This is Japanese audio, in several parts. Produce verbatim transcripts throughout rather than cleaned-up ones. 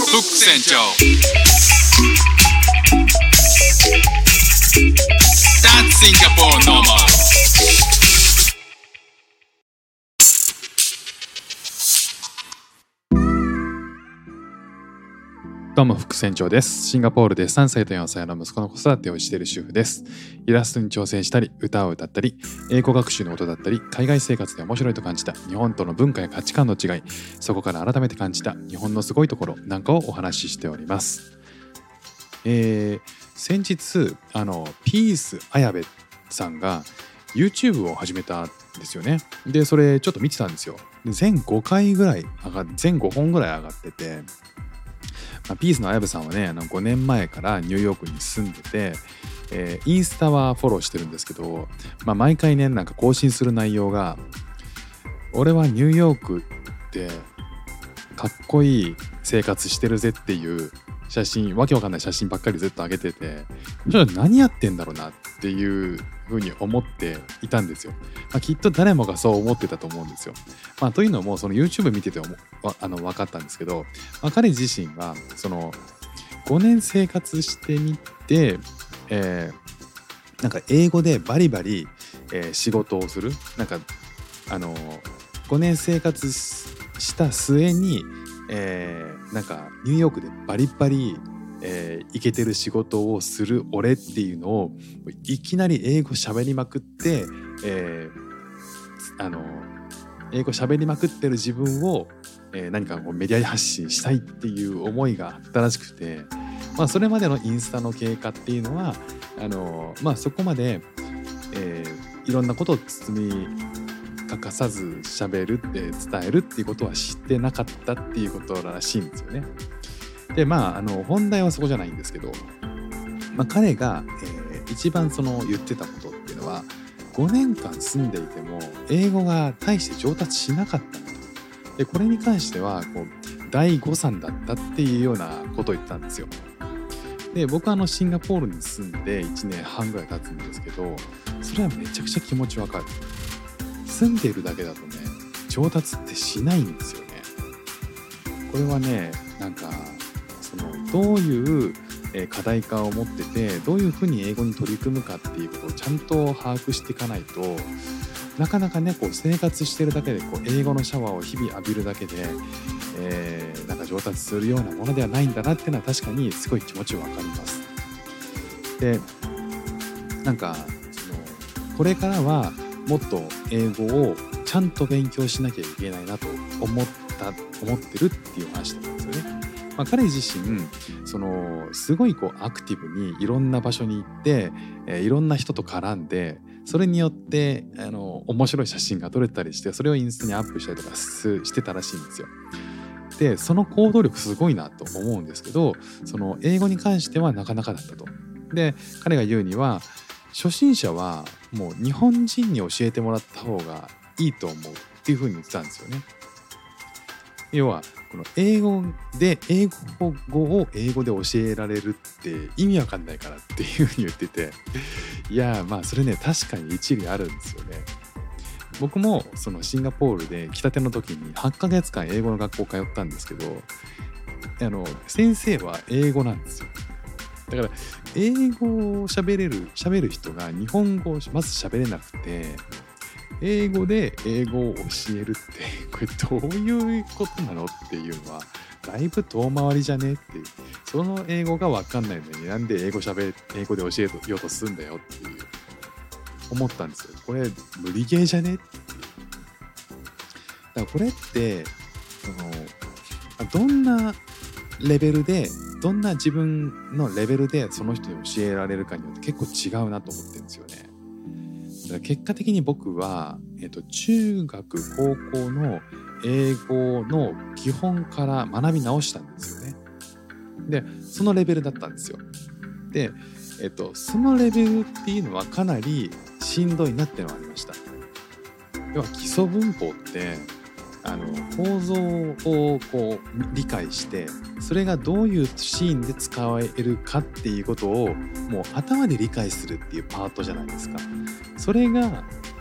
フック船長 That's Singapore normal。 どうも副船長です。シンガポールでさんさいとよんさいの息子の子育てをしている主婦です。イラストに挑戦したり、歌を歌ったり、英語学習のことだったり、海外生活で面白いと感じた日本との文化や価値観の違い、そこから改めて感じた日本のすごいところなんかをお話ししております。えー、先日あのピース綾部さんが YouTube を始めたんですよね。でそれちょっと見てたんですよ。全ごかいぐらい上が全ごほんぐらい上がってて、まあ、ピースの綾部さんはね、あのごねんまえからニューヨークに住んでて、えー、インスタはフォローしてるんですけど、まあ、毎回ねなんか更新する内容が、俺はニューヨークでかっこいい生活してるぜっていう写真、わけわかんない写真ばっかりずっと上げてて、ちょっと何やってんだろうなっていうふうに思っていたんですよ。まあ、きっと誰もがそう思ってたと思うんですよ。まあ、というのもその YouTube 見ててあの分かったんですけど、まあ、彼自身がそのごねん生活してみて、えー、なんか英語でバリバリ、えー、仕事をする、なんかあのごねん生活した末にえー、なんかニューヨークでバリバリ、えー、イケてる仕事をする俺っていうのをいきなり英語喋りまくって、えー、あの英語喋りまくってる自分を、えー、何かこうメディアに発信したいっていう思いがあったらしくて、まあ、それまでのインスタの経過っていうのはあの、まあ、そこまで、えー、いろんなことを包み欠かさず喋るって伝えるっていうことは知ってなかったっていうことらしいんですよね。でまああの本題はそこじゃないんですけど、まあ、彼が、えー、一番その言ってたことっていうのは、ごねんかん住んでいても英語が大して上達しなかったと。でこれに関してはこう大誤算だったっていうようなことを言ったんですよ。で僕はあのシンガポールに住んでいちねんはんぐらい経つんですけど、それはめちゃくちゃ気持ちわかる。住んでいるだけだとね上達ってしないんですよね。これはねなんかそのどういう課題感を持ってて、どういうふうに英語に取り組むかっていうことをちゃんと把握していかないと、なかなかねこう生活してるだけでこう英語のシャワーを日々浴びるだけで、えー、なんか上達するようなものではないんだなっていうのは確かにすごい気持ちわかります。でなんかそのこれからはもっと英語をちゃんと勉強しなきゃいけないなと思った思ってるっていう話だったんですよね。まあ、彼自身そのすごいこうアクティブにいろんな場所に行って、えー、いろんな人と絡んで、それによってあの面白い写真が撮れたりして、それをインスタにアップしたりとかしてたらしいんですよ。でその行動力すごいなと思うんですけど、その英語に関してはなかなかだったと。で彼が言うには、初心者はもう日本人に教えてもらった方がいいと思うっていう風に言ってたんですよね。要はこの英語で英語を英語で教えられるって意味わかんないからっていう風に言ってて、いやまあそれね確かに一理あるんですよね。僕もそのシンガポールで来たての時にはちかげつかん英語の学校通ったんですけど、あの先生は英語なんですよ。だから英語を喋れる喋る人が日本語をまず喋れなくて、英語で英語を教えるってこれどういうことなのっていうのはだいぶ遠回りじゃねって、その英語が分かんないのになんで英語喋英語で教えようとするんだよっていう思ったんですよ。これ無理ゲーじゃねっていう。だからこれってそのどんなレベルでどんな自分のレベルでその人に教えられるかによって結構違うなと思ってるんですよね。だから結果的に僕は、えっと、中学高校の英語の基本から学び直したんですよね。でそのレベルだったんですよ。で、えっと、そのレベルっていうのはかなりしんどいなっていうのがありました。要は基礎文法ってあの構造をこう理解して、それがどういうシーンで使えるかっていうことをもう頭で理解するっていうパートじゃないですか。それが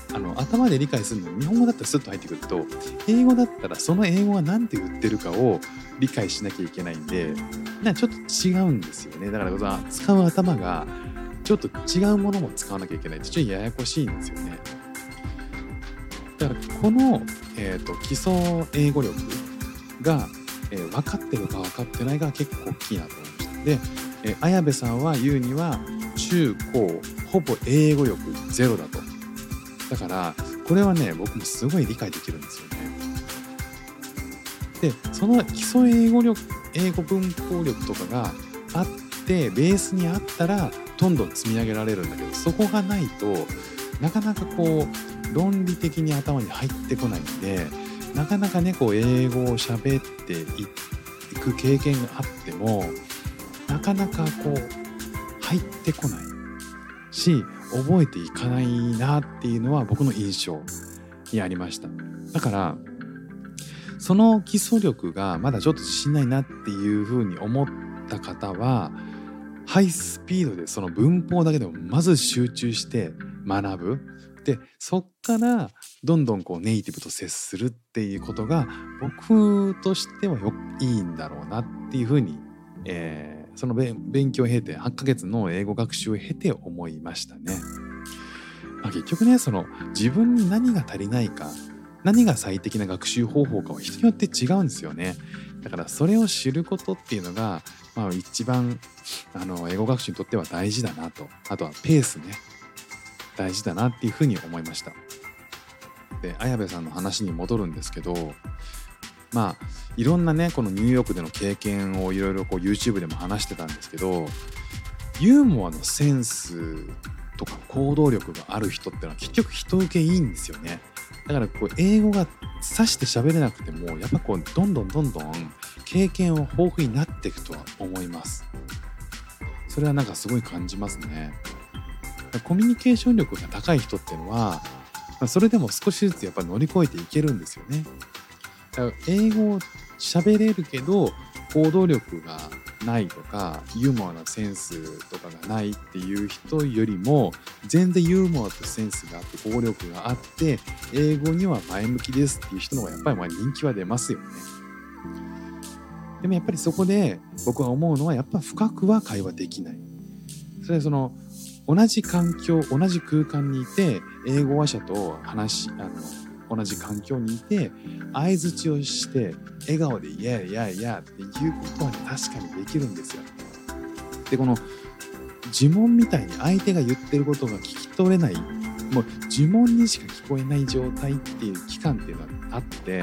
あの頭で理解するのに日本語だったらスッと入ってくると、英語だったらその英語が何て言ってるかを理解しなきゃいけないんで、なんかちょっと違うんですよね。だからさ、使う頭がちょっと違うものも使わなきゃいけないってちょっとややこしいんですよね。だからこの、えーと、基礎英語力が、えー、分かってるか分かってないか結構大きいなと思いました。で、えー、綾部さんは言うには中高ほぼ英語力ゼロだと。だからこれはね、僕もすごい理解できるんですよね。で、その基礎英語力、英語文法力とかがあってベースにあったらどんどん積み上げられるんだけど、そこがないとなかなかこう論理的に頭に入ってこないんで、なかなかねこう英語を喋っていく経験があってもなかなかこう入ってこないし、覚えていかないなっていうのは僕の印象にありました。だからその基礎力がまだちょっと自信ないなっていうふうに思った方は、ハイスピードでその文法だけでもまず集中して学ぶ。で、そっからどんどんこうネイティブと接するっていうことが僕としてはよいいんだろうなっていうふうに、えーその勉強を経てはちかげつの英語学習を経て思いましたね。まあ、結局ね、その自分に何が足りないか、何が最適な学習方法かは人によって違うんですよね。だからそれを知ることっていうのが、まあ、一番あの英語学習にとっては大事だなと。あとはペースね、大事だなっていうふうに思いました。で、綾部さんの話に戻るんですけど、まあいろんなねこのニューヨークでの経験をいろいろこう YouTube でも話してたんですけど、ユーモアのセンスとか行動力がある人ってのは結局人受けいいんですよね。だからこう英語がさして喋れなくてもやっぱこうどんどんどんどん経験を豊富になっていくとは思います。それはなんかすごい感じますね。コミュニケーション力が高い人っていうのは、まあ、それでも少しずつやっぱ乗り越えていけるんですよね。だから英語を喋れるけど行動力がないとかユーモアなセンスとかがないっていう人よりも全然ユーモアとセンスがあって行動力があって英語には前向きですっていう人の方がやっぱりまあ人気は出ますよね。でもやっぱりそこで僕は思うのはやっぱ深くは会話できない。それはその同じ環境同じ空間にいて英語話者と話あの同じ環境にいて相づちをして笑顔でイヤイヤイヤっていうことは、ね、確かにできるんですよ。でこの呪文みたいに相手が言ってることが聞き取れない、もう呪文にしか聞こえない状態っていう期間っていうのがあって、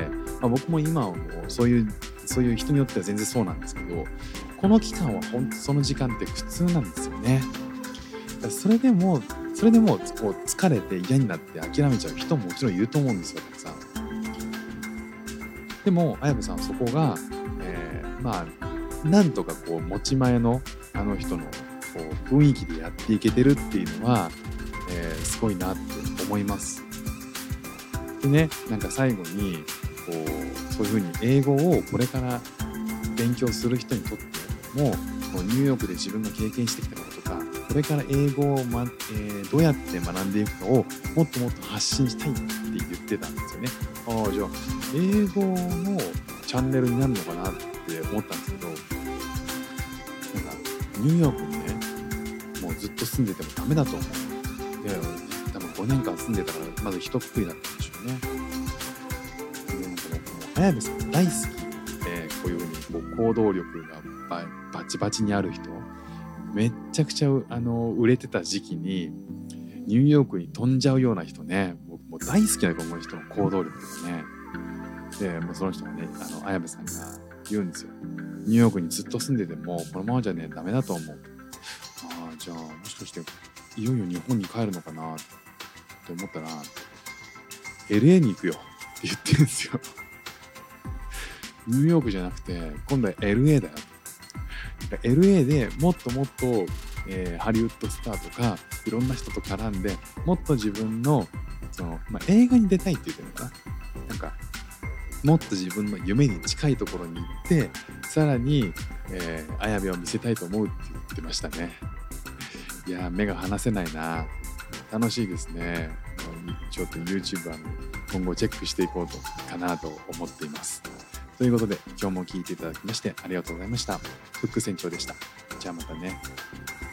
まあ、僕も今はもうそういうそういう人によっては全然そうなんですけど、この期間は本当その時間って苦痛なんですよね。だからそれでもそれでもうこう疲れて嫌になって諦めちゃう人ももちろんいると思うんですよ、たくさん。でも綾部さんそこが、えー、まあなんとかこう持ち前のあの人のこう雰囲気でやっていけてるっていうのは、えー、すごいなって思います。でね、なんか最後にこうそういうふうに英語をこれから勉強する人にとってもこうニューヨークで自分が経験してきたこととかこれから英語を、まえー、どうやって学んでいくかをもっともっと発信したいって言ってたんですよね。ああ、じゃあ英語のチャンネルになるのかなって思ったんですけど、なんかニューヨークにねもうずっと住んでてもダメだと思う。いや多分ごねんかん住んでたからまず一括りだったんでしょうね。でなんかねこの綾部さん大好き、えー、こういうふうにこう行動力がババチバチにある人、めっちゃくちゃあの売れてた時期にニューヨークに飛んじゃうような人ね、もうもう大好きなこの人の行動力とかね。でもうその人がね、あの綾部さんが言うんですよ。ニューヨークにずっと住んでてもこのままじゃねダメだと思う。ああ、じゃあもしかしていよいよ日本に帰るのかなって思ったら エルエー に行くよって言ってるんですよ。ニューヨークじゃなくて今度は エルエー だよ。エルエー でもっともっと、えー、ハリウッドスターとかいろんな人と絡んでもっと自分のその、まあ、映画に出たいって言ってるのかな、なんかもっと自分の夢に近いところに行ってさらに、えー、綾部を見せたいと思うって言ってましたね。いや目が離せないな、楽しいですね。 ちょっと YouTube は今後チェックしていこうとかなと思っています。ということで今日も聞いていただきましてありがとうございました。フック船長でした。じゃあまたね。